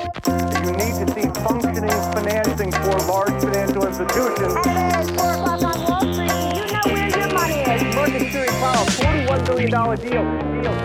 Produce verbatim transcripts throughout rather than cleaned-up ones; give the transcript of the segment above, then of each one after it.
You need to see functioning financing for large financial institutions. Hello, it's four o'clock on Wall Street. You know where your money is. Market Security Powell, forty-one billion dollar deal. deal.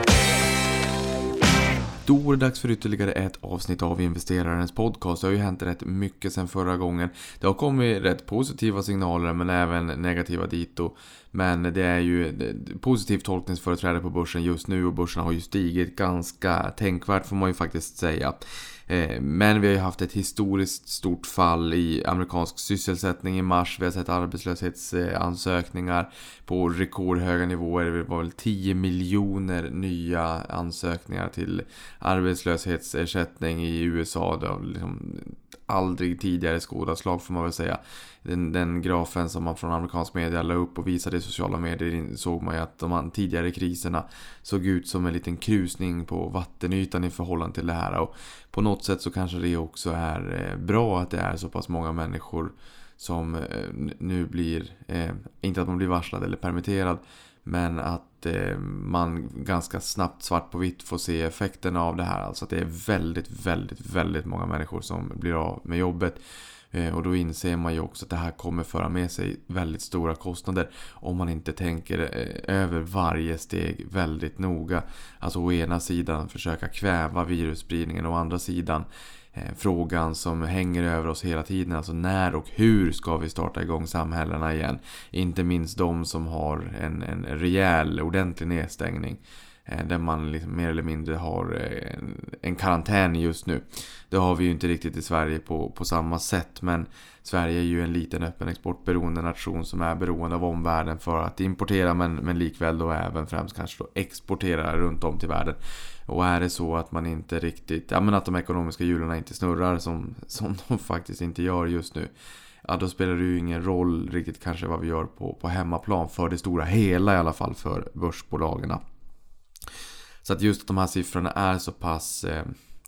Då är det dags för ytterligare ett avsnitt av Investerarens podcast. Det har ju hänt rätt mycket sedan förra gången. Det har kommit rätt positiva signaler men även negativa dito. Men det är ju positivt tolkningsföreträde på börsen just nu och börsen har ju stigit ganska tänkvärt får man ju faktiskt säga. Men vi har ju haft ett historiskt stort fall i amerikansk sysselsättning i mars. Vi har sett arbetslöshetsansökningar på rekordhöga nivåer. Det var väl tio miljoner nya ansökningar till arbetslöshetsersättning i U S A. Det har liksom aldrig tidigare skådat slag får man väl säga. Den, den grafen som man från amerikansk media la upp och visade i sociala medier såg man ju att de tidigare kriserna såg ut som en liten krusning på vattenytan i förhållande till det här. Och på något sätt så kanske det också är bra att det är så pass många människor som nu blir, eh, inte att man blir varslad eller permitterad, men att eh, man ganska snabbt svart på vitt får se effekterna av det här. Alltså att det är väldigt, väldigt, väldigt många människor som blir av med jobbet. Eh, och då inser man ju också att det här kommer föra med sig väldigt stora kostnader om man inte tänker eh, över varje steg väldigt noga. Alltså å ena sidan försöka kväva virusspridningen och å andra sidan frågan som hänger över oss hela tiden, alltså när och hur ska vi starta igång samhällena igen, inte minst de som har en, en rejäl, ordentlig nedstängning där man liksom mer eller mindre har en, en karantän just nu. Det har vi ju inte riktigt i Sverige på, på samma sätt, men Sverige är ju en liten öppen exportberoende nation som är beroende av omvärlden för att importera men, men likväl då även främst kanske då exportera runt om till världen. Och är det så att man inte riktigt, ja men att de ekonomiska hjulen inte snurrar som, som de faktiskt inte gör just nu, ja då spelar det ju ingen roll riktigt kanske vad vi gör på, på hemmaplan för det stora hela i alla fall för börsbolagen. Så att just att de här siffrorna är så pass eh,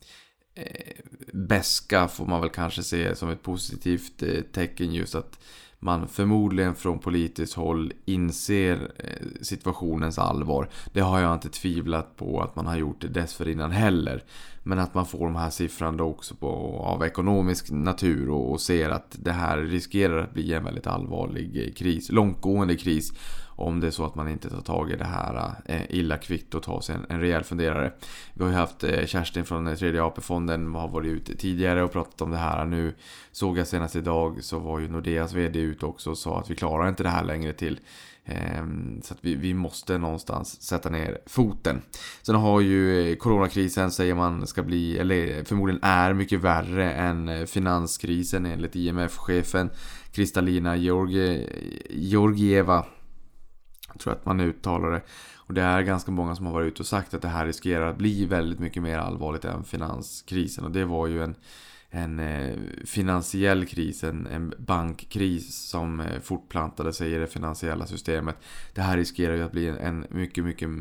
eh, beska får man väl kanske se som ett positivt eh, tecken, just att man förmodligen från politiskt håll inser eh, situationens allvar. Det har jag inte tvivlat på att man har gjort det dessförinnan heller. Men att man får de här siffrorna då också på, av ekonomisk natur och, och ser att det här riskerar att bli en väldigt allvarlig kris, långtgående kris, om det är så att man inte tar tag i det här eh, illa kvickt och tar sig en, en rejäl funderare. Vi har ju haft eh, Kerstin från tredje A P-fonden har varit ute tidigare och pratat om det här. Nu såg jag senast idag så var ju Nordeas vd ut också och sa att vi klarar inte det här längre till. Eh, så att vi, vi måste någonstans sätta ner foten. Sen har ju coronakrisen, säger man, ska bli, eller förmodligen är mycket värre än finanskrisen enligt I M F-chefen Kristalina Georgie, Georgieva. Jag tror att man uttalar det. Och det är ganska många som har varit ute och sagt att det här riskerar att bli väldigt mycket mer allvarligt än finanskrisen. Och det var ju en, en eh, finansiell kris, en, en bankkris som eh, fortplantade sig i det finansiella systemet. Det här riskerar ju att bli en, en mycket, mycket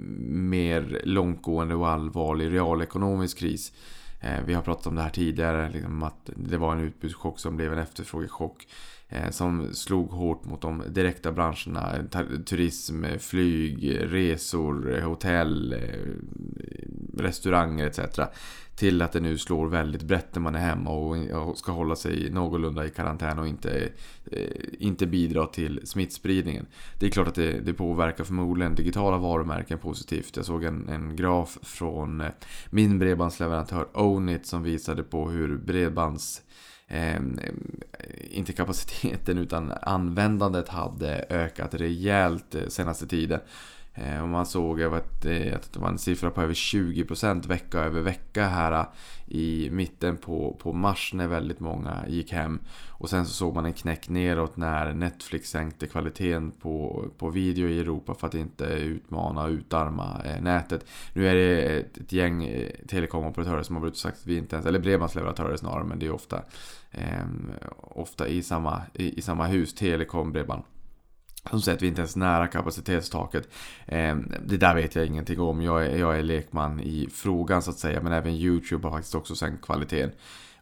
mer långtgående och allvarlig realekonomisk kris. Eh, vi har pratat om det här tidigare, liksom att det var en utbudschock som blev en efterfrågechock. Som slog hårt mot de direkta branscherna, turism, flyg, resor, hotell, restauranger et cetera. Till att det nu slår väldigt brett när man är hemma och ska hålla sig någorlunda i karantän och inte, inte bidra till smittspridningen. Det är klart att det, det påverkar förmodligen digitala varumärken positivt. Jag såg en, en graf från min bredbandsleverantör Ownit som visade på hur bredbands Eh, inte kapaciteten utan användandet hade ökat rejält eh, senaste tiden. Eh, och man såg att, eh, att det var en siffra på över tjugo procent vecka över vecka här eh, i mitten på, på mars när väldigt många gick hem. Och sen så såg man en knäck neråt när Netflix sänkte kvaliteten på, på video i Europa för att inte utmana och utarma eh, nätet. Nu är det ett, ett gäng eh, telekomoperatörer som har brutit sagt att vi inte ens, eller bredbandsleverantörer snarare, men det är ofta eh, ofta i samma, i, i samma hus, telekom, bredband. Som säger att vi inte ens nära kapacitetstaket. Eh, det där vet jag ingenting om. Jag är, jag är lekman i frågan så att säga. Men även YouTube har faktiskt också sänkt kvaliteten.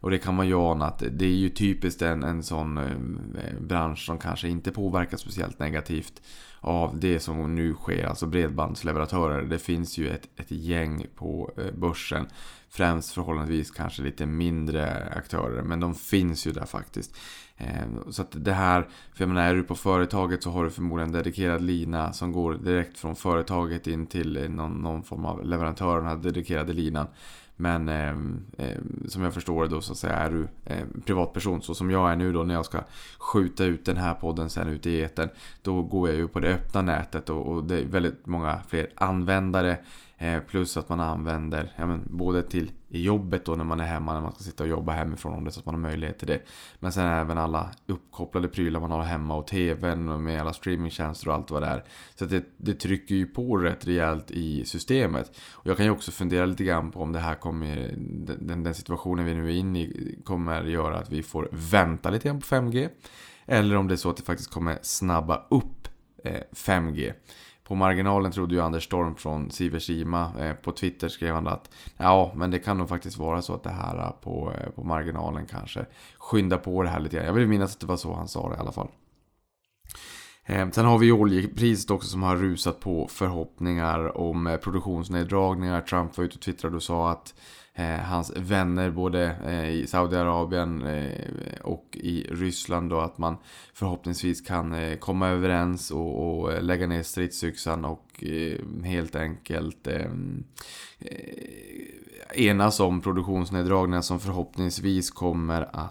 Och det kan man ju ana att det är ju typiskt en, en sån eh, bransch som kanske inte påverkas speciellt negativt av det som nu sker, alltså bredbandsleverantörer. Det finns ju ett, ett gäng på eh, börsen, främst förhållandevis kanske lite mindre aktörer, men de finns ju där faktiskt. Eh, så att det här, för jag menar, är du på företaget så har du förmodligen en dedikerad lina som går direkt från företaget in till någon, någon form av leverantör, den här dedikerade linan. Men eh, eh, som jag förstår det då, så att säga, är du eh, privatperson, så som jag är nu då, när jag ska skjuta ut den här podden sen ut i etern, då går jag ju på det öppna nätet och, och det är väldigt många fler användare, eh, plus att man använder ja, men, både till i jobbet då när man är hemma, när man ska sitta och jobba hemifrån, om det så att man har möjlighet till det, men sen även alla uppkopplade prylar man har hemma och tvn och med alla streamingtjänster och allt vad det är. Så att det, det trycker ju på rätt rejält i systemet. Och jag kan ju också fundera lite grann på om det här kommer, den, den situationen vi nu är inne i kommer göra att vi får vänta lite grann på fem G, eller om det är så att det faktiskt kommer snabba upp eh, fem G. På marginalen trodde ju Anders Storm från Siversima eh, på Twitter, skrev han att ja, men det kan nog faktiskt vara så att det här på, eh, på marginalen kanske skyndar på det här lite grann. Jag vill minnas att det var så han sa det i alla fall. Eh, sen har vi oljepriset också som har rusat på förhoppningar om eh, produktionsneddragningar. Trump var ute och twittrade och sa att Eh, hans vänner både eh, i Saudiarabien eh, och i Ryssland då, att man förhoppningsvis kan eh, komma överens och, och lägga ner stridsyxan och eh, helt enkelt eh, eh, enas om produktionsneddragningar som förhoppningsvis kommer att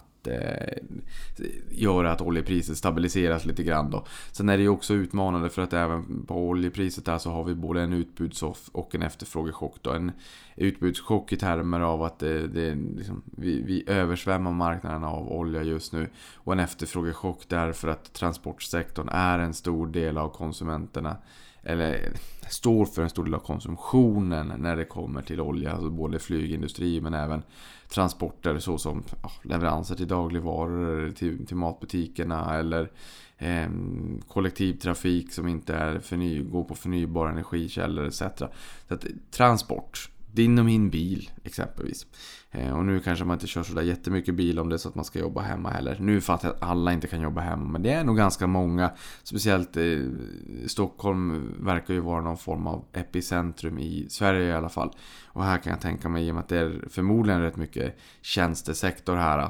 göra att oljepriset stabiliseras lite grann då. Sen är det ju också utmanande för att även på oljepriset där så har vi både en utbudsoff och en efterfrågechock då. En utbudschock i termer av att det, det liksom, vi, vi översvämmar marknaden av olja just nu, och en efterfrågechock därför att transportsektorn är en stor del av konsumenterna, eller står för en stor del av konsumtionen när det kommer till olja, alltså både flygindustri men även transporter, såsom ja, leveranser till dagligvaror, till, till matbutikerna, eller eh, kollektivtrafik som inte är förny, går på förnybara energikällor et cetera. Så att transport, din och min bil exempelvis. Eh, och nu kanske man inte kör så där jättemycket bil om det är så att man ska jobba hemma heller. Nu fattar jag att alla inte kan jobba hemma, men det är nog ganska många. Speciellt eh, Stockholm verkar ju vara någon form av epicentrum i Sverige i alla fall. Och här kan jag tänka mig, i och med att det är förmodligen rätt mycket tjänstesektor här,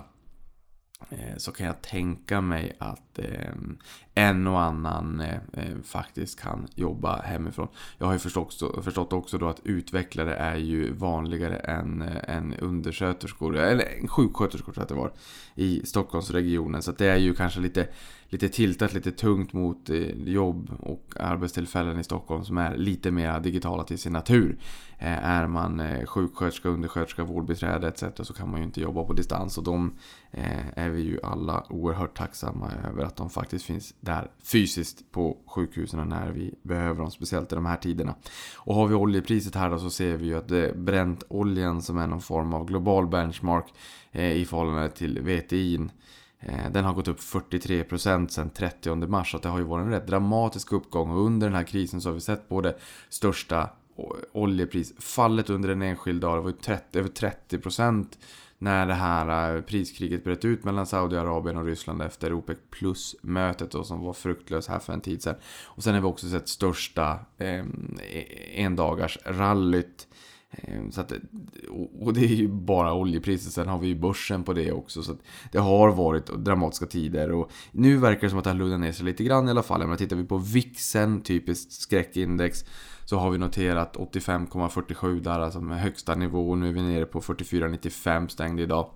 så kan jag tänka mig att eh, en och annan eh, faktiskt kan jobba hemifrån. Jag har ju förstått, förstått också då att utvecklare är ju vanligare än, än undersköterskor, eller sjuksköterskor tror jag att det var, i Stockholmsregionen. Så att det är ju kanske lite, lite tiltat, lite tungt mot eh, jobb och arbetstillfällen i Stockholm som är lite mer digitala till sin natur. Eh, är man eh, sjuksköterska, undersköterska, vårdbiträde et cetera så kan man ju inte jobba på distans, och de eh, är vi ju alla oerhört tacksamma över att de faktiskt finns där fysiskt på sjukhusen när vi behöver dem, speciellt i de här tiderna. Och har vi oljepriset här då, så ser vi ju att det bränt oljan som är någon form av global benchmark eh, i förhållande till V T I. Eh, den har gått upp fyrtiotre procent sedan trettionde mars, så det har ju varit en rätt dramatisk uppgång, och under den här krisen så har vi sett både största oljeprisfallet under en enskild dag. Det var ju trettio, över trettio procent när det här priskriget bröt ut mellan Saudiarabien och Ryssland efter OPEC plus-mötet då, som var fruktlöst här för en tid sedan. Och sen har vi också sett största eh, endagars rallyt. Eh, så att, och det är ju bara oljepriset, sen har vi ju börsen på det också, så att det har varit dramatiska tider, och nu verkar det som att det har lugnat ner sig lite grann i alla fall. Men tittar vi på VIXen, typiskt skräckindex, så har vi noterat åttiofem komma fyrtiosju där, alltså med högsta nivå. Nu är vi nere på fyrtiofyra komma nittiofem stängd idag.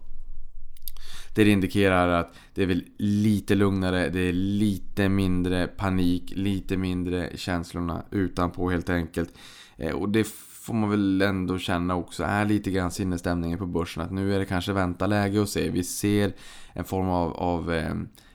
Det indikerar att det är väl lite lugnare, det är lite mindre panik, lite mindre känslorna utanpå helt enkelt. Och det får man väl ändå känna också är lite grann sinnesstämningen på börsen, att nu är det kanske vänta läge och se. Vi ser en form av, av eh,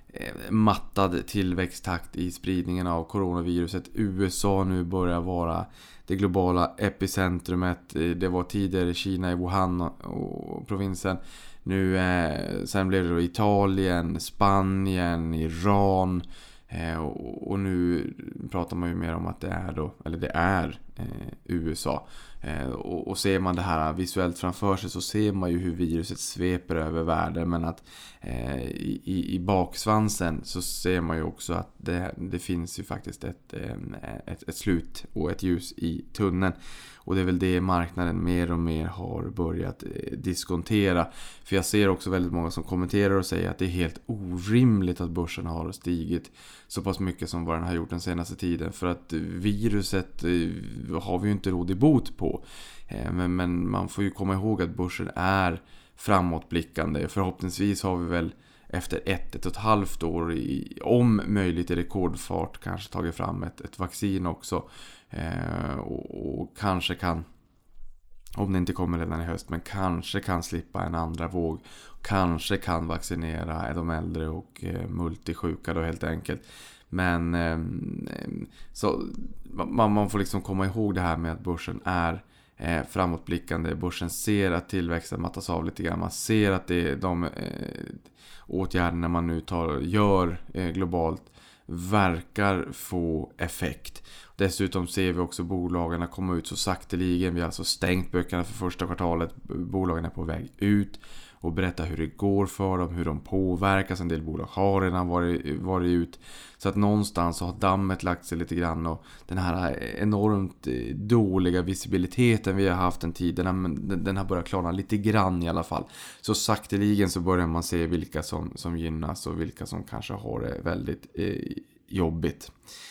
mattad tillväxttakt i spridningen av coronaviruset. U S A nu börjar vara det globala epicentrumet. Det var tidigare Kina i Wuhan och provinsen. Nu eh, sen blev det då Italien, Spanien, Iran, eh, och, och nu pratar man ju mer om att det är då, eller det är eh, U S A. Eh, och, och ser man det här visuellt framför sig så ser man ju hur viruset sveper över världen, men att eh, i, i baksvansen så ser man ju också att det, det finns ju faktiskt ett, ett, ett slut och ett ljus i tunneln. Och det är väl det marknaden mer och mer har börjat diskontera. För jag ser också väldigt många som kommenterar och säger att det är helt orimligt att börsen har stigit så pass mycket som vad den har gjort den senaste tiden. För att viruset har vi ju inte råd i bot på. Men, men man får ju komma ihåg att börsen är framåtblickande. Förhoppningsvis har vi väl efter ett, ett och ett halvt år i, om möjligt i rekordfart kanske tagit fram ett, ett vaccin också. Eh, och, och kanske kan, om det inte kommer redan i höst, men kanske kan slippa en andra våg. Kanske kan vaccinera de äldre och eh, multisjuka då helt enkelt. Men eh, så man, man får liksom komma ihåg det här med att börsen är eh, framåtblickande. Börsen ser att tillväxten mattas av lite grann. Man ser att det är de eh, åtgärderna man nu tar, gör eh, globalt verkar få effekt. Dessutom ser vi också bolagen komma ut så sakteligen. Vi har alltså stängt böckerna för första kvartalet. Bolagen är på väg ut och berätta hur det går för dem, hur de påverkas. En del bolag har redan varit, varit ut. Så att någonstans så har dammet lagt sig lite grann, och den här enormt dåliga visibiliteten vi har haft en tid, den, den har börjat klarna lite grann i alla fall. Så sakteligen så börjar man se vilka som, som gynnas och vilka som kanske har det väldigt eh, jobbigt.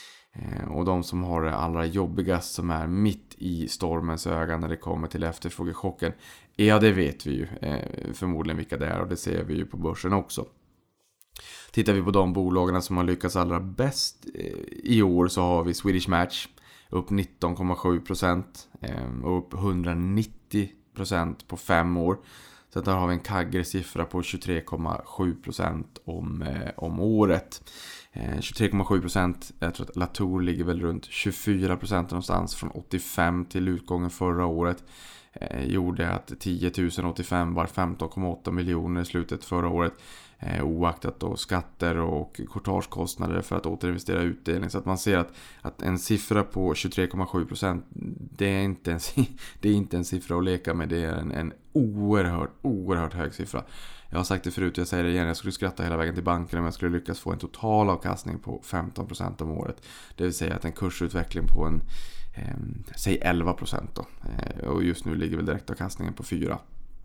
Och de som har det allra jobbigast, som är mitt i stormens öga när det kommer till efterfrågechocken, ja, det vet vi ju eh, förmodligen vilka det är, och det ser vi ju på börsen också. Tittar vi på de bolagen som har lyckats allra bäst eh, i år, så har vi Swedish Match upp nitton komma sju procent eh, och upp hundranittio procent på fem år. Så där har vi en C A G-siffra på tjugotre komma sju procent om, eh, om året. Eh, tjugotre komma sju procent, jag tror att Latour ligger väl runt tjugofyra procent någonstans från åttiofem till utgången förra året. Eh, gjorde att tio tusen åttiofem var femton komma åtta miljoner i slutet förra året. Eh, oaktat då skatter och courtagekostnader för att återinvestera utdelning. Så att man ser att, att en siffra på tjugotre komma sju procent, det är inte en, det är inte en siffra att leka med. Det är en, en oerhört, oerhört hög siffra. Jag har sagt det förut, jag säger det igen, jag skulle skratta hela vägen till banken om jag skulle lyckas få en total avkastning på femton procent om året. Det vill säga att en kursutveckling på en, eh, säg elva procent då. Eh, och just nu ligger väl direktavkastningen på fyra.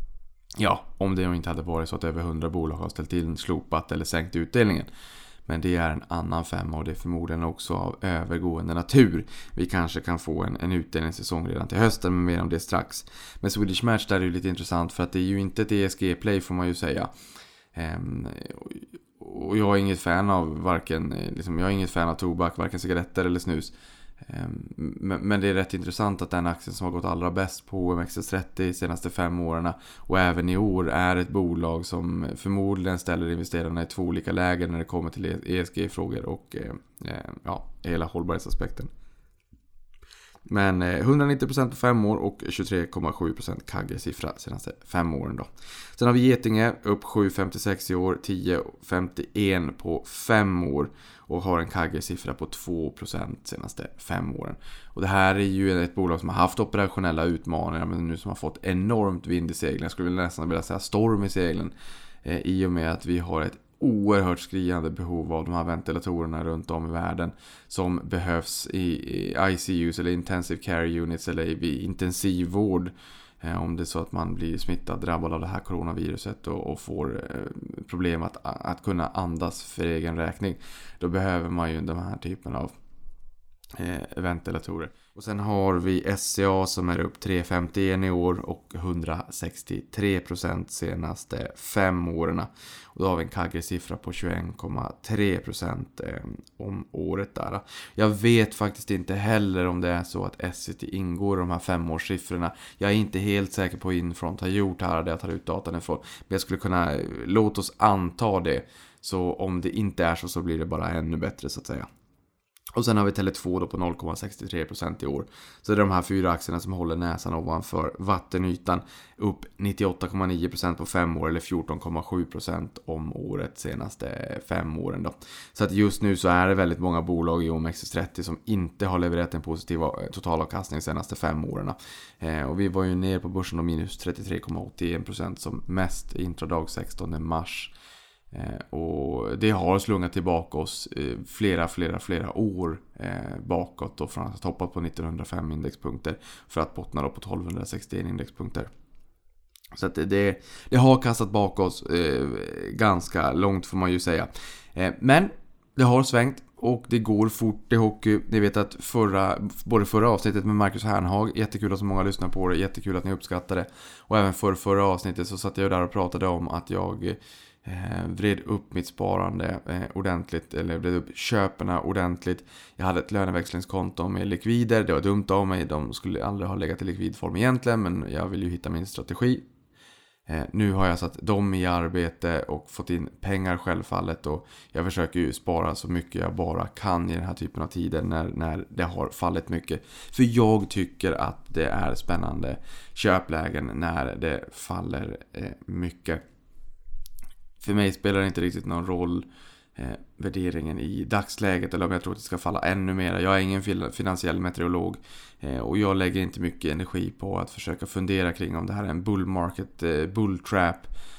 Ja, om det inte hade varit så att över hundra bolag har ställt till, slopat eller sänkt utdelningen. Men det är en annan femma, och det är förmodligen också av övergående natur. Vi kanske kan få en, en utdelningssäsong redan till hösten, men mer om det strax. Men Swedish Match där är ju lite intressant, för att det är ju inte ett E S G-play får man ju säga. Ehm, och jag är inget fan av varken, liksom, jag är inget fan av tobak, varken cigaretter eller snus. Men det är rätt intressant att den aktien som har gått allra bäst på O M X S trettio de senaste fem åren och även i år är ett bolag som förmodligen ställer investerarna i två olika lägen när det kommer till E S G-frågor och ja, hela hållbarhetsaspekten. Men hundranittio procent på fem år och tjugotre komma sju procent C A G-siffra senaste fem åren då. Sen har vi Getinge upp sju komma femtiosex i år, tio komma femtioen på fem år och har en C A G-siffra på två procent senaste fem åren. Och det här är ju ett bolag som har haft operationella utmaningar, men nu som har fått enormt vind i seglen. Jag skulle nästan vilja säga storm i seglen, eh, i och med att vi har ett oerhört skriande behov av de här ventilatorerna runt om i världen som behövs i I C U's eller Intensive Care Units eller i intensivvård eh, om det är så att man blir smittad, drabbad av det här coronaviruset och, och får eh, problem att, att kunna andas för egen räkning. Då behöver man ju den här typen av eh, ventilatorer. Och sen har vi S C A som är upp tre komma femtioen i år och hundrasextiotre procent senaste fem åren. Och då har vi en C A G-siffra på tjugoen komma tre procent eh, om året där. Jag vet faktiskt inte heller om det är så att S C T ingår i de här femårssiffrorna. Jag är inte helt säker på Infront har gjort här där jag tar ut datan ifrån. Men jag skulle kunna, låt oss anta det. Så om det inte är så så blir det bara ännu bättre så att säga. Och sen har vi Tele två då på noll komma sextiotre procent i år. Så det är de här fyra aktierna som håller näsan ovanför vattenytan. Upp nittioåtta komma nio procent på fem år eller fjorton komma sju procent om året senaste fem åren då. Så att just nu så är det väldigt många bolag i O M X S trettio som inte har levererat en positiv totalavkastning senaste fem åren. Eh, och vi var ju ner på börsen då minus trettiotre komma åttioen procent som mest intradag sextonde mars. Eh, och det har slungat tillbaka oss eh, flera, flera, flera år eh, bakåt då, från att ha toppat på nittonhundrafem indexpunkter för att bottna då på tolvhundrasextioen indexpunkter. Så att det, det har kastat bak oss eh, ganska långt får man ju säga. Eh, men det har svängt och det går fort i hockey. Ni vet att förra, både förra avsnittet med Marcus Hernhag, jättekul att så många lyssnar på det, jättekul att ni uppskattar det. Och även för förra avsnittet så satt jag där och pratade om att jag Eh, vred upp mitt sparande eh, ordentligt, eller vred upp köperna ordentligt. Jag hade ett löneväxlingskonto med likvider. Det var dumt av mig, de skulle aldrig ha legat i likvidform egentligen, men jag vill ju hitta min strategi. eh, Nu har jag satt dem i arbete och fått in pengar självfallet, och jag försöker ju spara så mycket jag bara kan i den här typen av tider när, när det har fallit mycket. För jag tycker att det är spännande köplägen när det faller eh, mycket. För mig spelar det inte riktigt någon roll eh, värderingen i dagsläget eller om jag tror att det ska falla ännu mer. Jag är ingen finansiell meteorolog eh, och jag lägger inte mycket energi på att försöka fundera kring om det här är en bull market, eh, bull trap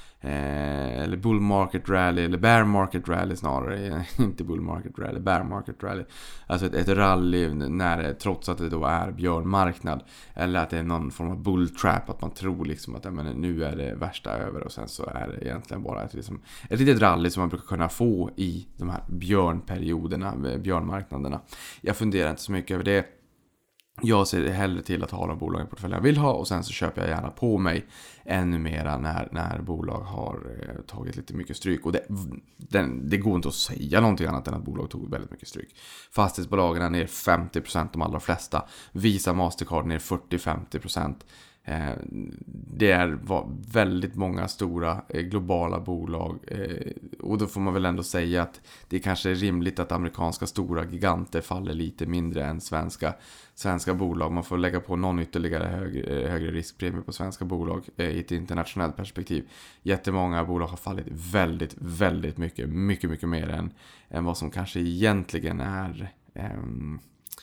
eh, eller bull market rally eller bear market rally snarare. Inte bull market rally, bear market rally. Alltså ett, ett rally när, trots att det då är björnmarknad, eller att det är någon form av bull trap, att man tror liksom att men, nu är det värsta över och sen så är det egentligen bara ett, liksom, ett litet rally som man brukar kunna få i de här björnperioderna, björnmarknaderna. Jag funderar inte så mycket över det. Jag ser hellre till att ha de bolagen i portföljen jag vill ha, och sen så köper jag gärna på mig ännu mera när, när bolag har eh, tagit lite mycket stryk. Och det, den, det går inte att säga någonting annat än att bolag tog väldigt mycket stryk. Fastighetsbolagen är ner femtio procent, de allra flesta. Visa Mastercard ner fyrtio till femtio procent. Eh, det är väldigt många stora eh, globala bolag, eh, och då får man väl ändå säga att det kanske är rimligt att amerikanska stora giganter faller lite mindre än svenska, svenska bolag. Man får lägga på någon ytterligare högre, högre riskpremie på svenska bolag eh, i ett internationellt perspektiv. Jättemånga bolag har fallit väldigt, väldigt mycket, mycket, mycket mer än, än vad som kanske egentligen är ehm,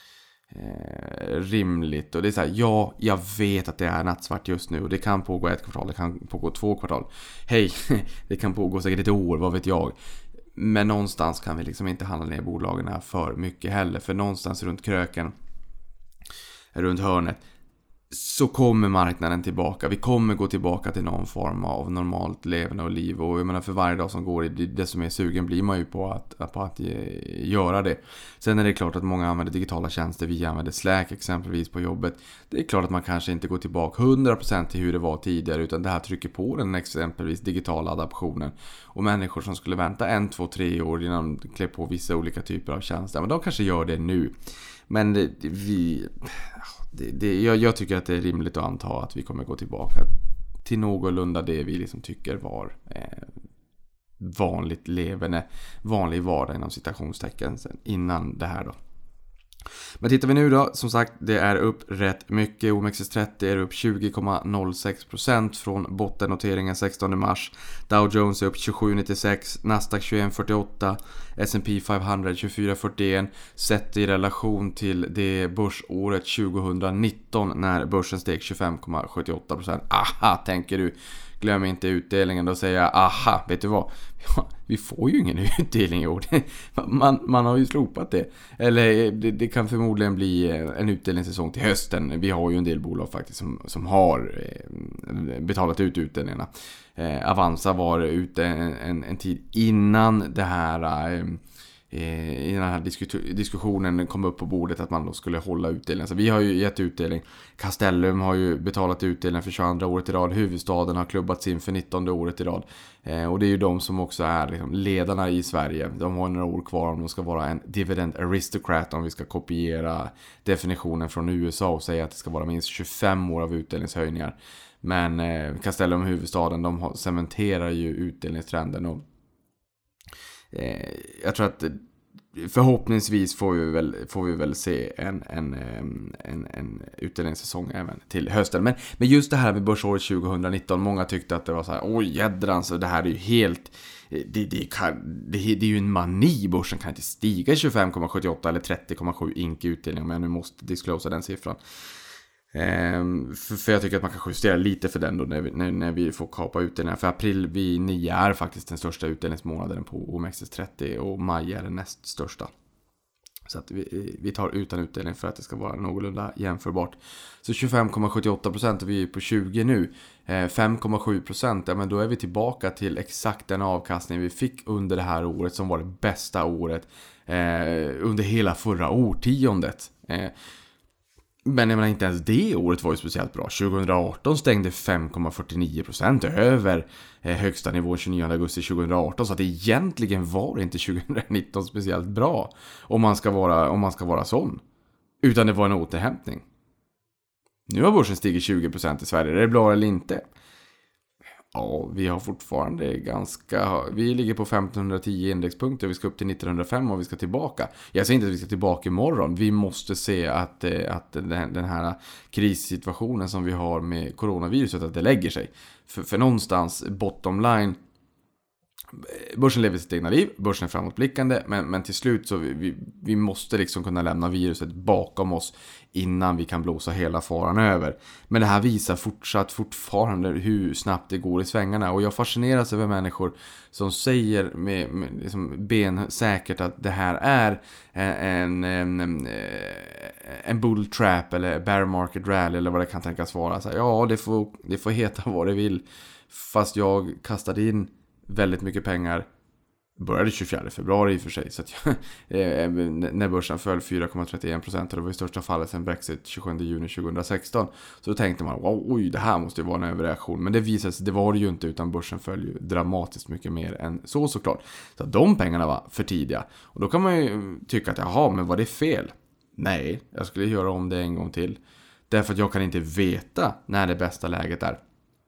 Eh, rimligt. Och det är så här, ja, jag vet att det är nattsvart just nu och det kan pågå ett kvartal, det kan pågå två kvartal. Hej, det kan pågå säkert ett år, vad vet jag. Men någonstans kan vi liksom inte handla ner bolagen här för mycket heller, för någonstans runt kröken, runt hörnet, så kommer marknaden tillbaka. Vi kommer gå tillbaka till någon form av normalt levande och liv. Och jag menar, för varje dag som går, det som är sugen blir man ju på att, på att göra det. Sen är det klart att många använder digitala tjänster. Vi använder Slack exempelvis på jobbet. Det är klart att man kanske inte går tillbaka hundra procent till hur det var tidigare, utan det här trycker på den exempelvis digitala adaptionen. Och människor som skulle vänta en, två, tre år innan de klär på vissa olika typer av tjänster, men de kanske gör det nu. Men det, vi... Det, det, jag, jag tycker att det är rimligt att anta att vi kommer gå tillbaka till någorlunda det vi liksom tycker var eh, vanligt levande, vanlig vardag inom citationstecken innan det här då. Men tittar vi nu då, som sagt, det är upp rätt mycket. O M X S trettio är upp tjugo komma noll sex procent från bottennoteringen sextonde mars. Dow Jones är upp tjugosju komma nittiosex, Nasdaq tjugoett komma fyrtioåtta, S and P femhundra tjugofyra komma fyrtioen. Sett i relation till det börsåret tjugonitton när börsen steg tjugofem komma sjuttioåtta procent. Aha, tänker du. Glöm inte utdelningen, då säger jag, aha, vet du vad? Ja, vi får ju ingen utdelning i år. Man, man har ju slopat det. Eller det, det kan förmodligen bli en utdelningssäsong till hösten. Vi har ju en del bolag faktiskt som, som har eh, betalat ut utdelningarna. Eh, Avanza var ute en, en, en tid innan det här... Eh, i den här disku- diskussionen kom upp på bordet att man då skulle hålla utdelningen. Så vi har ju gett utdelning. Castellum har ju betalat utdelning för tjugoandra året i rad. Huvudstaden har klubbats in för nittonde året i rad. Eh, och det är ju de som också är liksom ledarna i Sverige. De har några år kvar om de ska vara en dividend aristocrat, om vi ska kopiera definitionen från U S A och säga att det ska vara minst tjugofem år av utdelningshöjningar. Men eh, Castellum och Huvudstaden, de har, cementerar ju utdelningstrenden, och jag tror att förhoppningsvis får vi väl, får vi väl se en, en, en, en utdelningssäsong även till hösten. Men, men just det här med börsåret tjugonitton, många tyckte att det var så här, oj jädrans, så det här är ju helt, det, det, kan, det, det är ju en mani, börsen kan inte stiga tjugofem komma sjuttioåtta eller trettio komma sju ink i utdelning, men nu måste disclosa den siffran. Ehm, för, för jag tycker att man kan justera lite för den då när vi, när, när vi får kapa utdelningar. För april vid nio är faktiskt den största utdelningsmånaden på O M X S trettio och maj är den näst största. Så att vi, vi tar utan utdelning för att det ska vara någorlunda jämförbart. Så tjugofem komma sjuttioåtta procent, vi är på tjugo nu. Ehm, fem komma sju procent, ja men då är vi tillbaka till exakt den avkastning vi fick under det här året som var det bästa året eh, under hela förra årtiondet. Ehm, Men jag menar, inte ens det året var ju speciellt bra. tjugoarton stängde fem komma fyrtionio procent över eh, högsta nivån tjugonionde augusti tjugoarton. Så att egentligen var inte tjugonitton speciellt bra om man ska vara, om man ska vara sån. Utan det var en återhämtning. Nu har börsen stigit tjugo procent i Sverige. Är det bra eller inte? Ja, vi har fortfarande ganska... Vi ligger på femtonhundratio indexpunkter. Vi ska upp till nittonhundrafem och vi ska tillbaka. Jag säger inte att vi ska tillbaka imorgon. Vi måste se att, att den här krissituationen som vi har med coronaviruset, att det lägger sig. För, för någonstans, bottom line... Börsen lever sitt egna liv, börsen är framåtblickande, men, men till slut så vi, vi, vi måste liksom kunna lämna viruset bakom oss innan vi kan blåsa hela faran över. Men det här visar fortsatt fortfarande hur snabbt det går i svängarna, och jag fascineras över människor som säger med, med liksom bensäkert att det här är en, en, en, en bull trap eller bear market rally eller vad det kan tänkas vara. Så här, ja, det får, det får heta vad det vill, fast jag kastade in väldigt mycket pengar, började tjugofjärde februari i och för sig, så att jag, när börsen föll fyra komma trettioen procent, och det var i största fallet sen Brexit tjugosjunde juni tjugohundrasexton, så då tänkte man, wow, oj, det här måste ju vara en överreaktion, men det visade sig, det var det ju inte, utan börsen föll ju dramatiskt mycket mer än så såklart, så att de pengarna var för tidiga, och då kan man ju tycka att, jaha, men var det fel? Nej, jag skulle göra om det en gång till, därför att jag kan inte veta när det bästa läget är.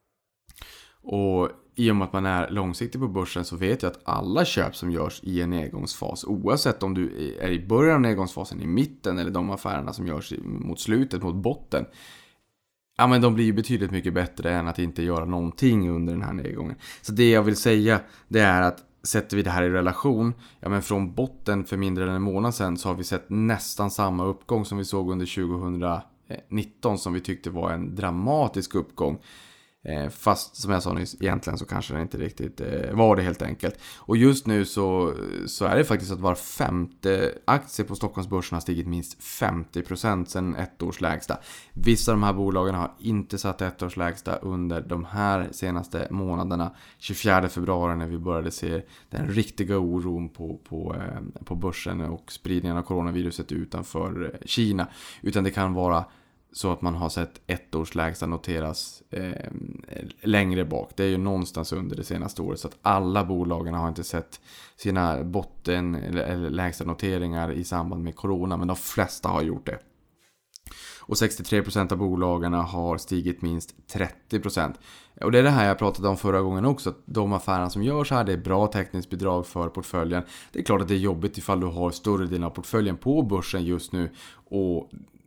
Och i och med att man är långsiktig på börsen så vet jag att alla köp som görs i en nedgångsfas, oavsett om du är i början av nedgångsfasen, i mitten eller de affärerna som görs mot slutet, mot botten, ja men de blir ju betydligt mycket bättre än att inte göra någonting under den här nedgången. Så det jag vill säga, det är att sätter vi det här i relation, ja men från botten för mindre än en månad sedan så har vi sett nästan samma uppgång som vi såg under tjugonitton, som vi tyckte var en dramatisk uppgång. Fast som jag sa nyss, egentligen så kanske det inte riktigt var det helt enkelt. Och just nu så, så är det faktiskt att var femte aktie på Stockholmsbörsen har stigit minst femtio procent sedan ett års lägsta. Vissa av de här bolagen har inte satt ett års lägsta under de här senaste månaderna. tjugofjärde februari när vi började se den riktiga oron på, på, på börsen och spridningen av coronaviruset utanför Kina. Utan det kan vara så att man har sett ett års lägsta noteras eh, längre bak. Det är ju någonstans under det senaste året. Så att alla bolagen har inte sett sina botten eller, eller lägsta noteringar i samband med corona. Men de flesta har gjort det. Och sextiotre procent av bolagen har stigit minst trettio procent. Och det är det här jag pratade om förra gången också. Att de affärerna som görs här, det är bra tekniskt bidrag för portföljen. Det är klart att det är jobbigt ifall du har större delen av portföljen på börsen just nu. Och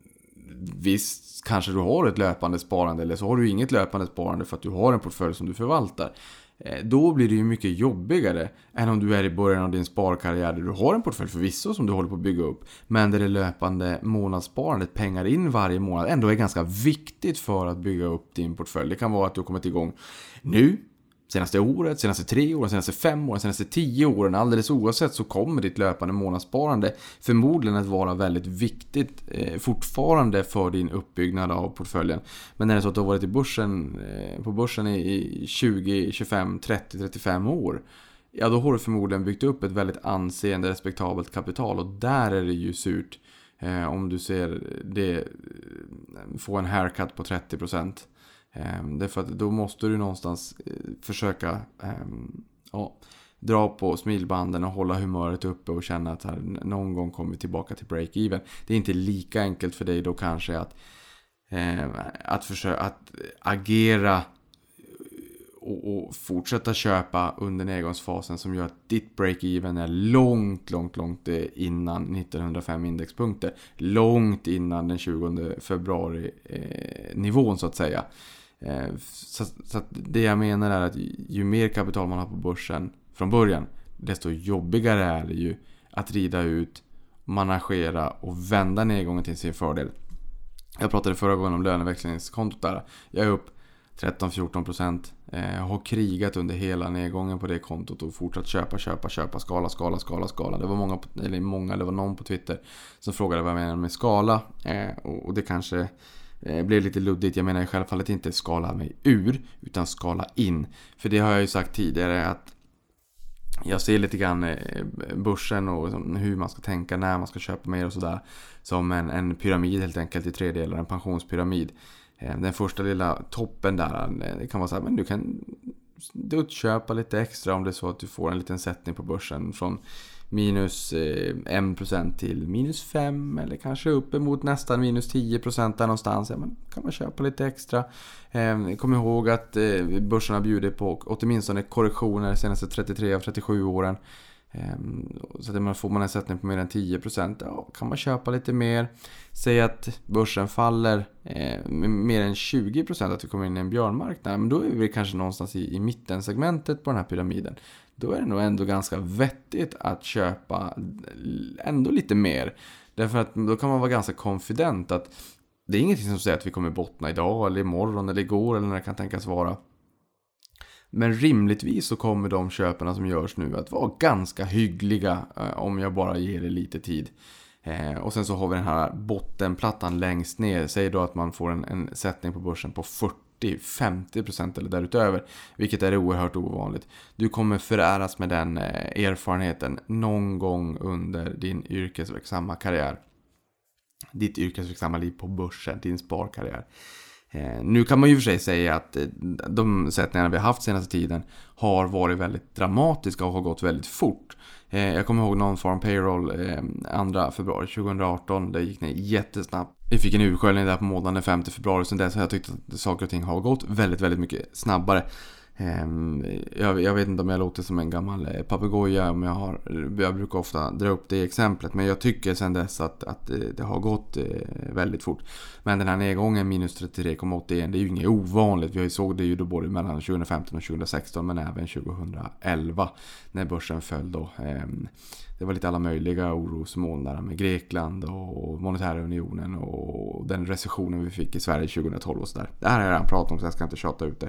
visst, kanske du har ett löpande sparande, eller så har du inget löpande sparande för att du har en portfölj som du förvaltar. Då blir det ju mycket jobbigare än om du är i början av din sparkarriär där du har en portfölj förvisso som du håller på att bygga upp, men där det löpande månadssparandet, pengar in varje månad, ändå är ganska viktigt för att bygga upp din portfölj. Det kan vara att du har kommit igång nu, senaste året, senaste tre åren, senaste fem åren, senaste tio åren, alldeles oavsett så kommer ditt löpande månadssparande förmodligen att vara väldigt viktigt eh, fortfarande för din uppbyggnad av portföljen. Men när det är så att du har varit i börsen, eh, på börsen i tjugo, tjugofem, trettio, trettiofem år, ja då har du förmodligen byggt upp ett väldigt anseende, respektabelt kapital, och där är det ju surt eh, om du ser det få en haircut på trettio procent. Därför att då måste du någonstans försöka um, ja, dra på smilbanden och hålla humöret uppe och känna att här, någon gång kommer vi tillbaka till break-even. Det är inte lika enkelt för dig då kanske att, um, att försöka att agera och, och fortsätta köpa under nedgångsfasen som gör att ditt break-even är långt, långt, långt innan nittonhundrafem indexpunkter. Långt innan den tjugonde februari eh, nivån så att säga. Eh, så, så att det jag menar är att ju mer kapital man har på börsen från början, desto jobbigare är det ju att rida ut, managera och vända nedgången till sin fördel. Jag pratade förra gången om löneväxlingskontot där. Jag är upp tretton till fjorton procent. Jag har krigat under hela nedgången på det kontot och fortsatt köpa, köpa, köpa, skala, skala, skala, skala. Det var många, eller många, det var någon på Twitter som frågade vad jag menar med skala. Och det kanske blev lite luddigt. Jag menar i självfallet inte skala mig ur, utan skala in. För det har jag ju sagt tidigare att jag ser lite grann börsen och hur man ska tänka när man ska köpa mer och sådär som en, en pyramid helt enkelt i tre delar, en pensionspyramid. Den första lilla toppen där, det kan vara så här, men du kan köpa lite extra om det är så att du får en liten sättning på börsen från minus en procent till minus fem eller kanske uppemot nästan minus tio procent där någonstans. Ja, men kan man köpa lite extra. Kom ihåg att börsen har bjudit på åtminstone korrektioner de senaste trettiotre av trettiosju åren. Så att man får man en sättning på mer än tio procent, ja, kan man köpa lite mer. Säg att börsen faller eh, med mer än tjugo procent, att vi kommer in i en björnmarknad, men då är vi kanske någonstans i, i mittensegmentet på den här pyramiden. Då är det nog ändå ganska vettigt att köpa ändå lite mer. Därför att då kan man vara ganska confident att det är ingenting som säger att vi kommer bottna idag eller imorgon eller igår eller när det kan tänkas vara. Men rimligtvis så kommer de köperna som görs nu att vara ganska hyggliga eh, om jag bara ger det lite tid. Eh, och sen så har vi den här bottenplattan längst ner. Säg då att man får en, en sättning på börsen på fyrtio till femtio procent eller därutöver. Vilket är oerhört ovanligt. Du kommer föräras med den eh, erfarenheten någon gång under din yrkesverksamma karriär. Ditt yrkesverksamma liv på börsen, din sparkarriär. Eh, nu kan man ju för sig säga att eh, de sättningarna vi har haft senaste tiden har varit väldigt dramatiska och har gått väldigt fort. Eh, jag kommer ihåg non-farm payroll eh, andra februari tjugoarton, det gick ner jättesnabbt. Vi fick en ursköljning där på månaden den femte februari, sen dess har jag tyckt att saker och ting har gått väldigt, väldigt mycket snabbare. Jag, jag vet inte om jag låter som en gammal papegoja, om jag har, jag brukar ofta dra upp det exemplet, men jag tycker sen dess att, att det har gått väldigt fort. Men den här nedgången minus trettiotre komma åttioen, det är ju inget ovanligt. Vi såg det ju då både mellan tjugofemton och tjugosexton, men även tjugoelva när börsen föll då. Det var lite alla möjliga orosmoln där med Grekland och monetära unionen och den recessionen vi fick i Sverige tjugotolv och sådär. Det här har jag redan pratat om, så jag ska inte tjata ut det.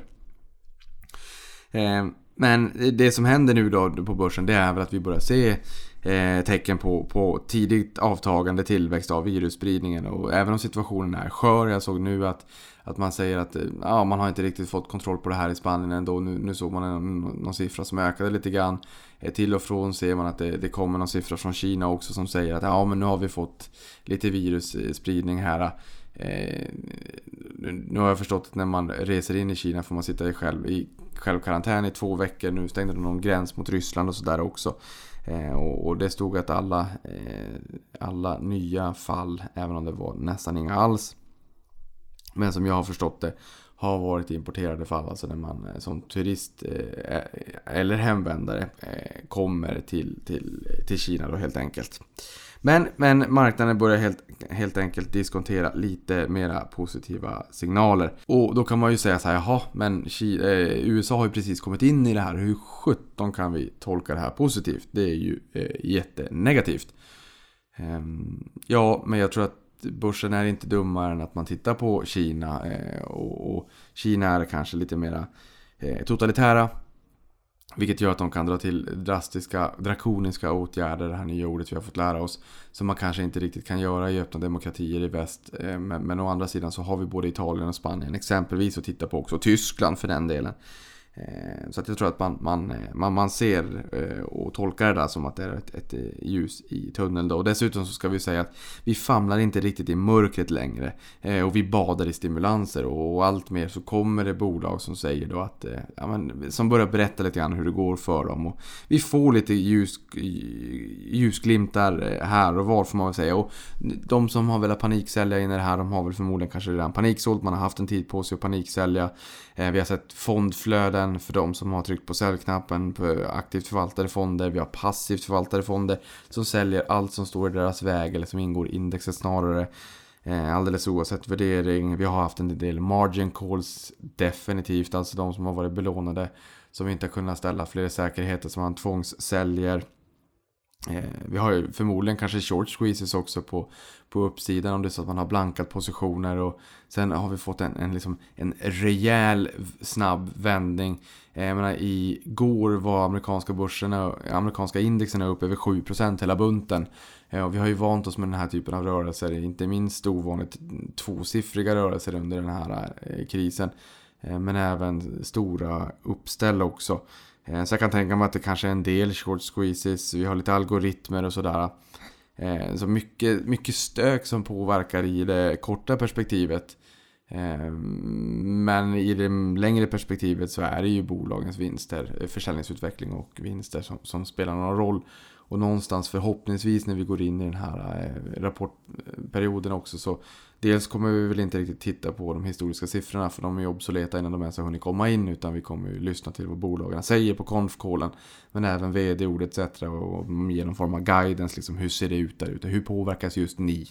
Men det som händer nu då på börsen, det är väl att vi börjar se tecken på, på tidigt avtagande tillväxt av virusspridningen. Och även om situationen är skör, jag såg nu att, att man säger att ja, man har inte riktigt fått kontroll på det här i Spanien ändå. Nu, nu såg man en, någon siffra som ökade lite grann. Till och från ser man att det, det kommer någon siffra från Kina också som säger att ja, men nu har vi fått lite virusspridning här. Eh, nu har jag förstått att när man reser in i Kina får man sitta i själv i självkarantän i två veckor. Nu stängde de någon gräns mot Ryssland och sådär också. Eh, och, och det stod att alla, eh, alla nya fall, även om det var nästan inga alls, men som jag har förstått det, har varit importerade fall. Alltså när man som turist eh, eller hemvändare eh, kommer till, till, till Kina då helt enkelt. Men, men marknaden börjar helt, helt enkelt diskontera lite mera positiva signaler. Och då kan man ju säga så här, jaha, men Kina, eh, U S A har ju precis kommit in i det här. Hur sjutton kan vi tolka det här positivt? Det är ju eh, jättenegativt. Eh, ja, men jag tror att börsen är inte dummare än att man tittar på Kina. Eh, och, och Kina är kanske lite mera eh, totalitära. Vilket gör att de kan dra till drastiska, drakoniska åtgärder, det här nya ordet vi har fått lära oss, som man kanske inte riktigt kan göra i öppna demokratier i väst. Men, men å andra sidan så har vi både Italien och Spanien exempelvis att titta på också, Tyskland för den delen. Så att jag tror att man, man, man, man ser och tolkar det där som att det är ett, ett ljus i tunneln då. Och dessutom så ska vi säga att vi famlar inte riktigt i mörkret längre, och vi badar i stimulanser, och allt mer så kommer det bolag som säger då att ja, men, som börjar berätta lite grann hur det går för dem, och vi får lite ljus, ljusglimtar här och var, får man väl säga. Och de som har velat paniksälja in i det här, de har väl förmodligen kanske redan paniksålt. Man har haft en tid på sig att paniksälja. Vi har sett fondflöden även för de som har tryckt på säljknappen på aktivt förvaltade fonder. Vi har passivt förvaltade fonder som säljer allt som står i deras väg eller som ingår i indexet snarare. Alldeles oavsett värdering. Vi har haft en del margin calls definitivt, alltså de som har varit belånade som inte har kunnat ställa fler säkerheter som man tvångssäljer. Vi har ju förmodligen kanske short squeezes också på, på uppsidan om det är så att man har blankat positioner, och sen har vi fått en, en, liksom, en rejäl snabb vändning. Jag menar, igår var amerikanska börserna, amerikanska indexerna upp över sju procent hela bunten. Och vi har ju vant oss med den här typen av rörelser, inte minst ovanligt tvåsiffriga rörelser under den här krisen, men även stora uppställ också. Så jag kan tänka mig att det kanske är en del short squeezes. Vi har lite algoritmer och sådär. Så mycket, mycket stök som påverkar i det korta perspektivet. Men i det längre perspektivet så är det ju bolagens vinster, försäljningsutveckling och vinster som, som spelar någon roll. Och någonstans förhoppningsvis när vi går in i den här rapportperioden också, så dels kommer vi väl inte riktigt titta på de historiska siffrorna, för de är obsoleta innan de ens har hunnit komma in, utan vi kommer ju lyssna till vad bolagen säger på konf-callen, men även vd-ord et cetera och ge någon form av guidance, liksom hur ser det ut där ute, hur påverkas just ni?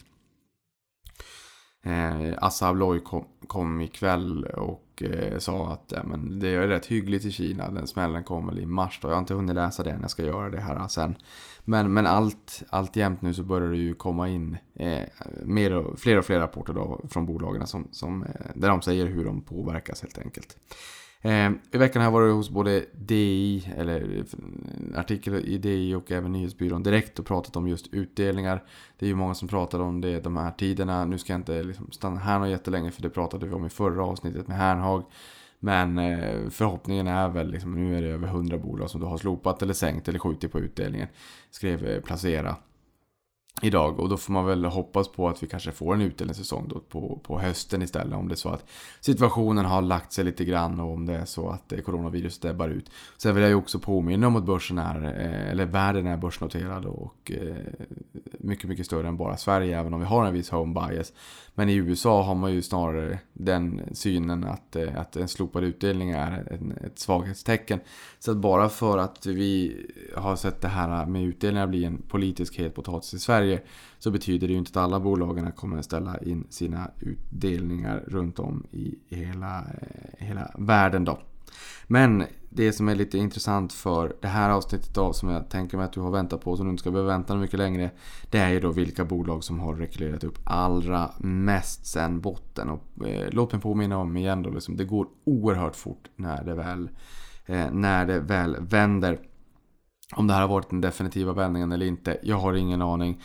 Eh, Assa Abloy kom, kom ikväll och eh, sa att ja, men det är rätt hyggligt i Kina. Den smällen kommer i mars då. Jag har inte hunnit läsa det än, jag ska göra det här sen. Men, men allt, allt jämt nu så börjar det ju komma in eh, mer och, fler och fler rapporter då från bolagen som, som, eh, där de säger hur de påverkas helt enkelt. Eh, I veckan har jag varit hos både D I, eller artikel i D I och även nyhetsbyrån Direkt och pratat om just utdelningar. Det är ju många som pratar om det de här tiderna. Nu ska jag inte liksom stanna här något jättelänge, för det pratade vi om i förra avsnittet med Hernhag. Men eh, förhoppningen är väl, liksom, nu är det över hundra bolag som du har slopat eller sänkt eller skjutit på utdelningen. Skrev eh, placera idag, och då får man väl hoppas på att vi kanske får en utdelningssäsong då på, på hösten istället, om det är så att situationen har lagt sig lite grann och om det är så att coronavirus däbbar ut. Sen vill jag ju också påminna om att börsen är, eller världen är börsnoterad och mycket mycket större än bara Sverige, även om vi har en viss home bias. Men i U S A har man ju snarare den synen att, att en slopad utdelning är en, ett svaghetstecken. Så att bara för att vi har sett det här med utdelningar bli en politisk het potatis i Sverige, så betyder det ju inte att alla bolagen kommer att ställa in sina utdelningar runt om i hela, hela världen då. Men det som är lite intressant för det här avsnittet då, som jag tänker mig att du har väntat på, som du inte ska behöva vänta mycket längre, det är ju då vilka bolag som har rekylerat upp allra mest sen botten. Och eh, låt mig påminna om igen då, liksom, det går oerhört fort när det väl, eh, när det väl vänder. Om det här har varit den definitiva vändningen eller inte, jag har ingen aning.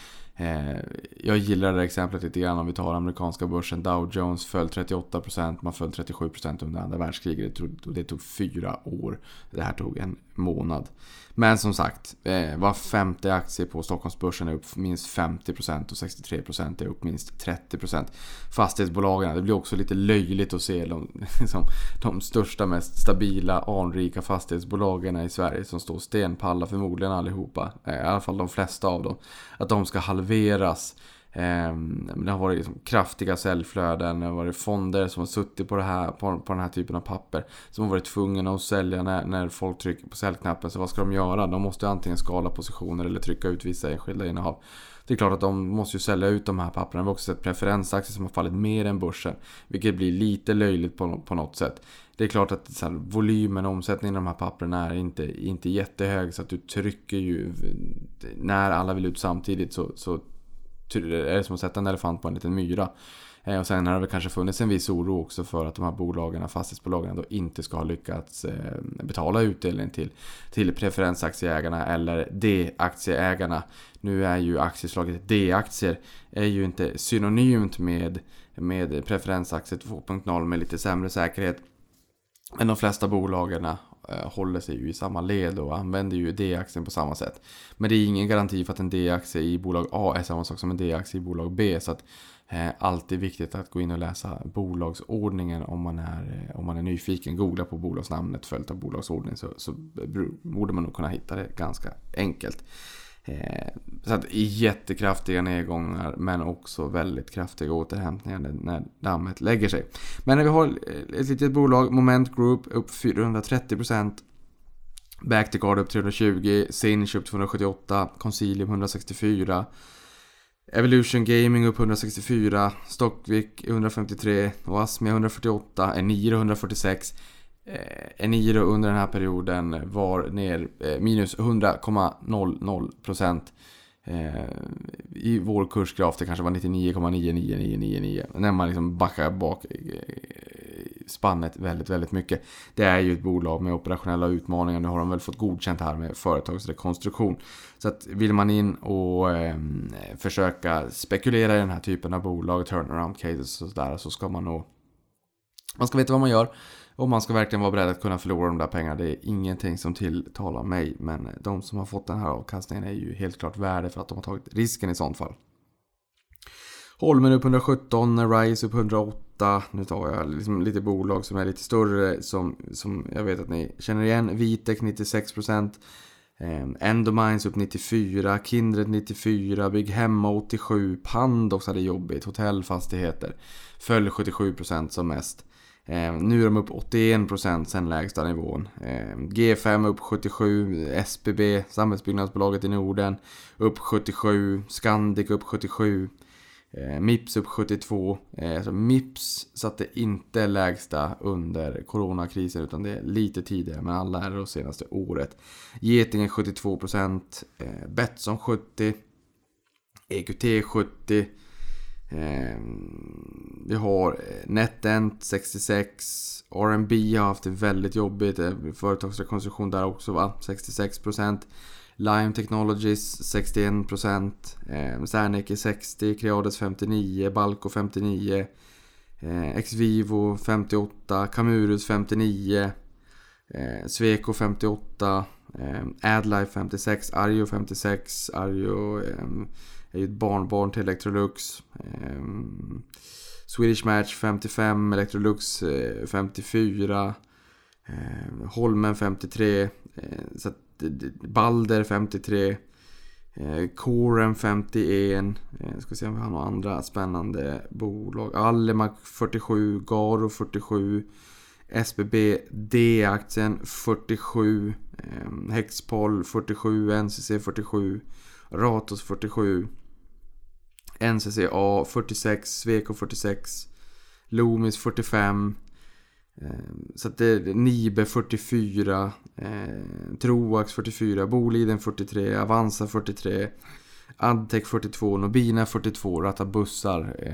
Jag gillar det exemplet lite grann. Om vi tar amerikanska börsen, Dow Jones föll trettioåtta procent, man föll trettiosju procent under andra världskriget, och det tog fyra år. Det här tog en månad. Men som sagt, var femte aktie på Stockholmsbörsen är upp minst femtio procent och sextiotre procent är upp minst trettio procent. Fastighetsbolagen, det blir också lite löjligt att se de, liksom, de största, mest stabila, anrika fastighetsbolagen i Sverige som står stenpalla, förmodligen allihopa, i alla fall de flesta av dem, att de ska halveras. Det har varit liksom kraftiga säljflöden, det har varit fonder som har suttit på, det här, på, på den här typen av papper, som har varit tvungna att sälja när, när folk trycker på säljknappen. Så vad ska de göra? De måste antingen skala positioner eller trycka ut vissa enskilda innehav. Det är klart att de måste ju sälja ut de här papperna. Vi har också sett preferensaktier som har fallit mer än börsen, vilket blir lite löjligt på, på något sätt. Det är klart att så här, volymen och omsättningen av de här papperna är inte, inte jättehög, så att du trycker ju när alla vill ut samtidigt, så, så är det som att sätta en elefant på en liten myra. Och sen har det väl kanske funnits en viss oro också för att de här bolagen, fastighetsbolagen, då inte ska ha lyckats betala utdelning till, till preferensaktieägarna eller D-aktieägarna. Nu är ju aktieslaget D-aktier är ju inte synonymt med, med preferensaktier två punkt noll med lite sämre säkerhet. Men de flesta bolagen håller sig ju i samma led och använder ju D-aktien på samma sätt. Men det är ingen garanti för att en D-aktie i bolag A är samma sak som en D-aktie i bolag B. Så att eh, allt är viktigt att gå in och läsa bolagsordningen om man är, om man är nyfiken. Googla på bolagsnamnet följt av bolagsordning, så, så borde man nog kunna hitta det ganska enkelt. Eh, så att jättekraftiga nedgångar, men också väldigt kraftiga återhämtningar när dammet lägger sig. Men när vi har ett litet bolag, Moment Group upp fyrahundratrettio procent, Bactiguard upp trehundratjugo, Sinch upp tvåhundrasjuttioåtta, Consilium hundrasextiofyra, Evolution Gaming upp hundrasextiofyra, Stockvik hundrafemtiotre och Asmia hundrafyrtioåtta, Eniro hundrafyrtiosex. Eh, Eniro under den här perioden var ner eh, minus hundra komma noll noll procent. Eh, I vår kursgraf det kanske var nittionio komma nio nio nio nio nio. När man liksom backar bak eh, spannet väldigt väldigt mycket. Det är ju ett bolag med operationella utmaningar. Nu har de väl fått godkänt här med företagsrekonstruktion. Så att vill man in och eh, försöka spekulera i den här typen av bolag, turnaround cases och sådär, så ska man nog man ska veta vad man gör. Och man ska verkligen vara beredd att kunna förlora de där pengarna. Det är ingenting som tilltalar mig. Men de som har fått den här avkastningen är ju helt klart värde för att de har tagit risken i sånt fall. Holmen upp hundrasjutton, Rise upp hundraåtta. Nu tar jag liksom lite bolag som är lite större. Som, som jag vet att ni känner igen. Vitek nittiosex procent. Eh, Endomines upp nittiofyra. Kindred nittiofyra. Bygg Hemma åttiosju. Pandox hade jobbigt. Hotellfastigheter föll sjuttiosju procent som mest. Eh, nu är de upp åttioen procent sen lägsta nivån. Eh, G fem upp sjuttiosju, S B B, samhällsbyggnadsbolaget i Norden, upp sjuttiosju, Scandic upp sjuttiosju, eh, Mips upp sjuttiotvå. Eh, alltså Mips satte inte lägsta under coronakrisen utan det är lite tidigare, men alla är det senaste året. Getingen sjuttiotvå procent, eh, Betsson sjuttio, E Q T sjuttio. Eh, vi har NetEnt sextiosex, R and B har haft det väldigt jobbigt, företagsrekonstruktion där också va, sextiosex procent, Lime Technologies sextioen procent, eh, Serneke sextio, Creades femtionio, Balco femtionio, eh, Xvivo femtioåtta, Camurus femtionio, eh, Sweco femtioåtta, eh, Adlife femtiosex, Arjo femtiosex, Arjo eh, är ju ett barnbarn till Electrolux. Eh, Swedish Match femtiofem, Electrolux eh, femtiofyra, eh, Holmen femtiotre, eh, så att, Balder femtiotre, eh, Coren femtioen, eh, ska se om vi har några andra spännande bolag. Allemak fyrtiosju, Garo fyrtiosju, S B B D-aktien fyrtiosju, eh, Hexpol fyrtiosju, N C C fyrtiosju, Ratos fyrtiosju, N C C A fyrtiosex, Sweco fyrtiosex, Loomis fyrtiofem, eh, så att det är Nibe fyrtiofyra, eh, Troax fyrtiofyra, Boliden fyrtiotre, Avanza fyrtiotre, Adtech fyrtiotvå, Nobina fyrtiotvå, Ratta bussar. Eh.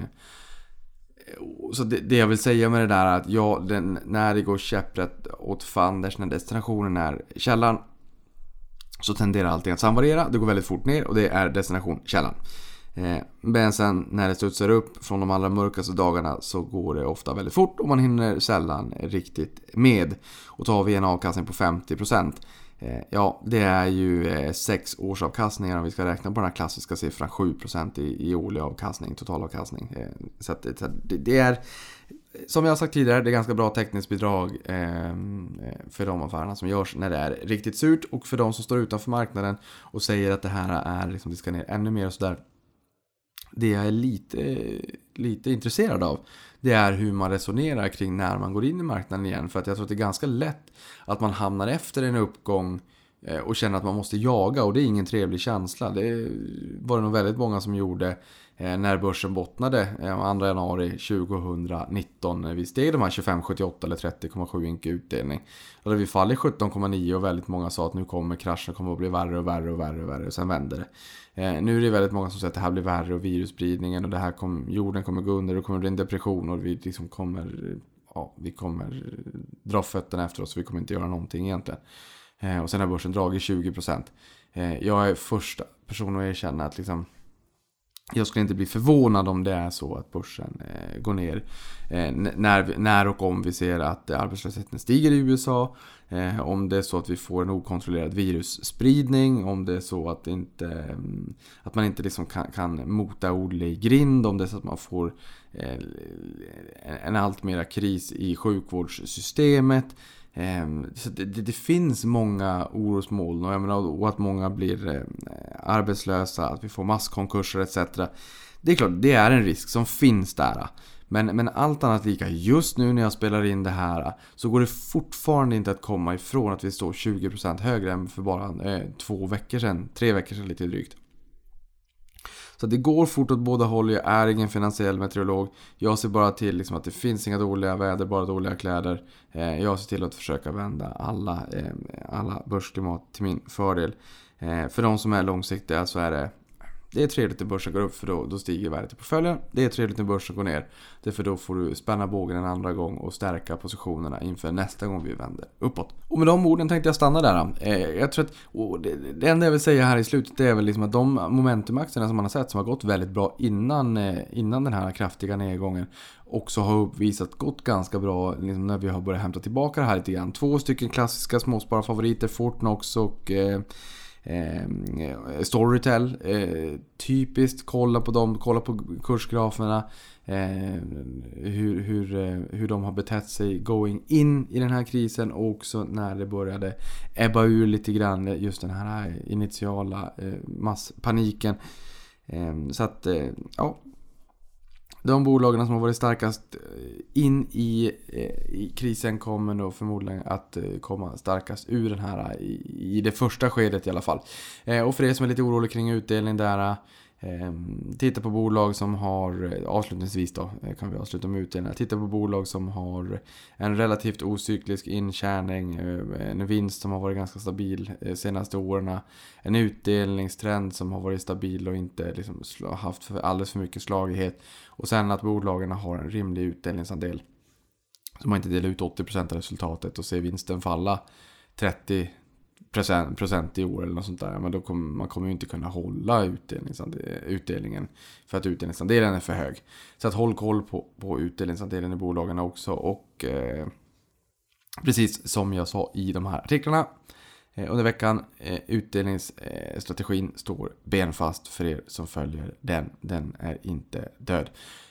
Så det, det jag vill säga med det där är att ja, den, när det går käpprätt åt fanders, när destinationen är källan, så tenderar allting att samvariera. Det går väldigt fort ner och det är destination källan. Eh, men sen när det studsar upp från de allra mörkaste dagarna så går det ofta väldigt fort och man hinner sällan riktigt med. Och tar vi en avkastning på femtio procent. Eh, ja, det är ju eh, sex års avkastningar om vi ska räkna på den här klassiska siffran sju procent i, i årlig avkastning, totalavkastning. Eh, så att det, det är, som jag har sagt tidigare, det är ganska bra tekniskt bidrag eh, för de affärerna som görs när det är riktigt surt. Och för de som står utanför marknaden och säger att det här är liksom, det ska ner ännu mer och sådär. Det jag är lite, lite intresserad av, det är hur man resonerar kring när man går in i marknaden igen. För att jag tror att det är ganska lätt att man hamnar efter en uppgång och känner att man måste jaga. Och det är ingen trevlig känsla. Det var det nog väldigt många som gjorde när börsen bottnade andra januari tjugonitton. När vi steg de här tjugofem komma sjuttioåtta eller trettio komma sju ink utdelning. Och då vi faller sjutton komma nio och väldigt många sa att nu kommer kraschen kommer att bli värre och värre och värre och värre. Och sen vänder det. Eh, nu är det väldigt många som säger att det här blir värre och virusspridningen och det här kom, jorden kommer gå under och det kommer bli en depression och vi liksom kommer, ja, vi kommer dra fötterna efter oss och vi kommer inte göra någonting egentligen. Eh, och sen har börsen dragit tjugo procent. Eh, jag är första personen att erkänna att liksom, jag skulle inte bli förvånad om det är så att börsen eh, går ner eh, när, när och om vi ser att eh, arbetslösheten stiger i U S A, eh, om det är så att vi får en okontrollerad virusspridning, om det är så att, inte, att man inte liksom kan, kan mota odlig grind, om det är så att man får eh, en allt mera kris i sjukvårdssystemet. Så det, det, det finns många orosmoln och, jag menar, och att många blir eh, arbetslösa, att vi får masskonkurser et cetera. Det är klart, det är en risk som finns där. Men, men allt annat lika, just nu när jag spelar in det här så går det fortfarande inte att komma ifrån att vi står tjugo procent högre än för bara eh, två veckor sedan, tre veckor sedan lite drygt. Så det går fort åt båda håll. Jag är ingen finansiell meteorolog. Jag ser bara till liksom att det finns inga dåliga väder, bara dåliga kläder. Eh, jag ser till att försöka vända alla, eh, alla börsklimat till min fördel. Eh, för de som är långsiktiga så är det Det är trevligt när börsen går upp, för då, då stiger värdet i portföljen. Det är trevligt när börsen går ner. Därför då får du spänna bågen en andra gång och stärka positionerna inför nästa gång vi vänder uppåt. Och med de orden tänkte jag stanna där. Eh, jag tror att och det, det enda jag vill säga här i slutet är väl liksom att de momentumaktierna som man har sett som har gått väldigt bra innan, eh, innan den här kraftiga nedgången också har uppvisat gått ganska bra liksom när vi har börjat hämta tillbaka det här lite grann. Två stycken klassiska småspararfavoriter, Fortnox och Eh, Eh, Storytel, eh, typiskt, kolla på dem, kolla på kursgraferna, eh, hur, hur, eh, hur de har betett sig going in i den här krisen och också när det började ebba ur lite grann, just den här initiala eh, masspaniken. Eh, så att, eh, ja, de bolagen som har varit starkast in i, i krisen kommer nog förmodligen att komma starkast ur den här i, i det första skedet i alla fall. Eh, och för er som är lite orolig kring utdelning där, eh, titta på bolag som har, avslutningsvis då kan vi avsluta med utdelning. Titta på bolag som har en relativt ocyklisk intjäning, en vinst som har varit ganska stabil de senaste åren, en utdelningstrend som har varit stabil och inte liksom haft för, alldeles för mycket slagighet. Och sen att bolagen har en rimlig utdelningsandel. Så man inte delar ut åttio procent av resultatet och ser vinsten falla trettio procent i år eller något sånt där. Men då kommer man kommer ju inte kunna hålla utdelningen för att utdelningsandelen är för hög. Så att håll koll på, på utdelningsandelen i bolagen också. Och eh, precis som jag sa i de här artiklarna eh, under veckan, eh, utdelningsstrategin står benfast för er som följer den. Den är inte död.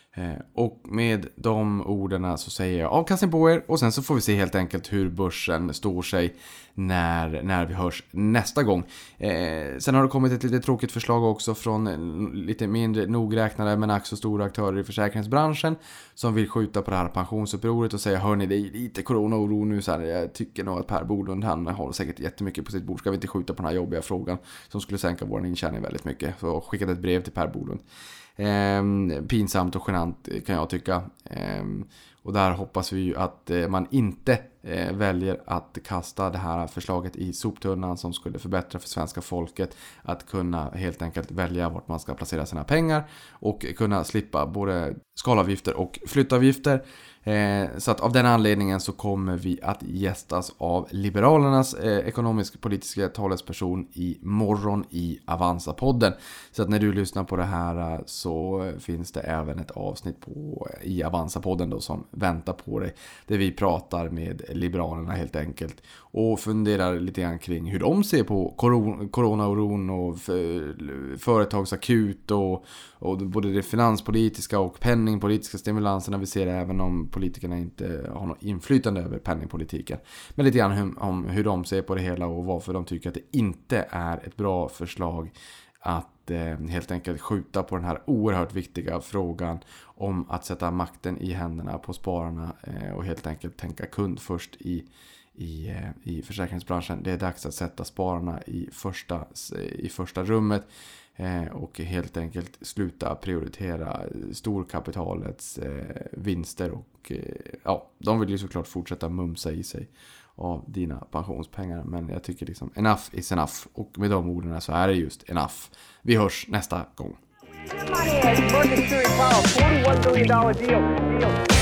Och med de orden så säger jag avkastning på er, och sen så får vi se helt enkelt hur börsen står sig när, när vi hörs nästa gång. Eh, sen har det kommit ett lite tråkigt förslag också från lite mindre nogräknade men också stora aktörer i försäkringsbranschen som vill skjuta på det här pensionsupproret och säga, hörni, det är lite corona-oro nu så här, jag tycker nog att Per Bolund, han har säkert jättemycket på sitt bord, ska vi inte skjuta på den här jobbiga frågan som skulle sänka vår intjäning väldigt mycket. Så skickade ett brev till Per Bolund. Eh, pinsamt och genant kan jag tycka. Eh, och där hoppas vi ju att eh, man inte eh, väljer att kasta det här förslaget i soptunnan som skulle förbättra för svenska folket att kunna helt enkelt välja vart man ska placera sina pengar och kunna slippa både skalavgifter och flyttavgifter. Eh, så att av den anledningen så kommer vi att gästas av Liberalernas eh, ekonomisk-politiska talesperson i morgon i Avanza-podden. Så att när du lyssnar på det här så finns det även ett avsnitt på, i Avanza-podden då, som väntar på dig. Där vi pratar med Liberalerna helt enkelt och funderar lite grann kring hur de ser på koron- coronaoron och för, företagsakut och, och både det finanspolitiska och penningpolitiska stimulanserna vi ser, även om politikerna inte har något inflytande över penningpolitiken. Men lite grann hur, om hur de ser på det hela och varför de tycker att det inte är ett bra förslag att eh, helt enkelt skjuta på den här oerhört viktiga frågan om att sätta makten i händerna på spararna eh, och helt enkelt tänka kund först i I, i försäkringsbranschen. Det är dags att sätta spararna i första, i första rummet eh, och helt enkelt sluta prioritera storkapitalets eh, vinster och eh, ja, de vill ju såklart fortsätta mumsa i sig av dina pensionspengar, men jag tycker liksom enough is enough, och med de orden så är det just enough. Vi hörs nästa gång. Morgan Stanley Powell, forty-one billion dollars deal. deal.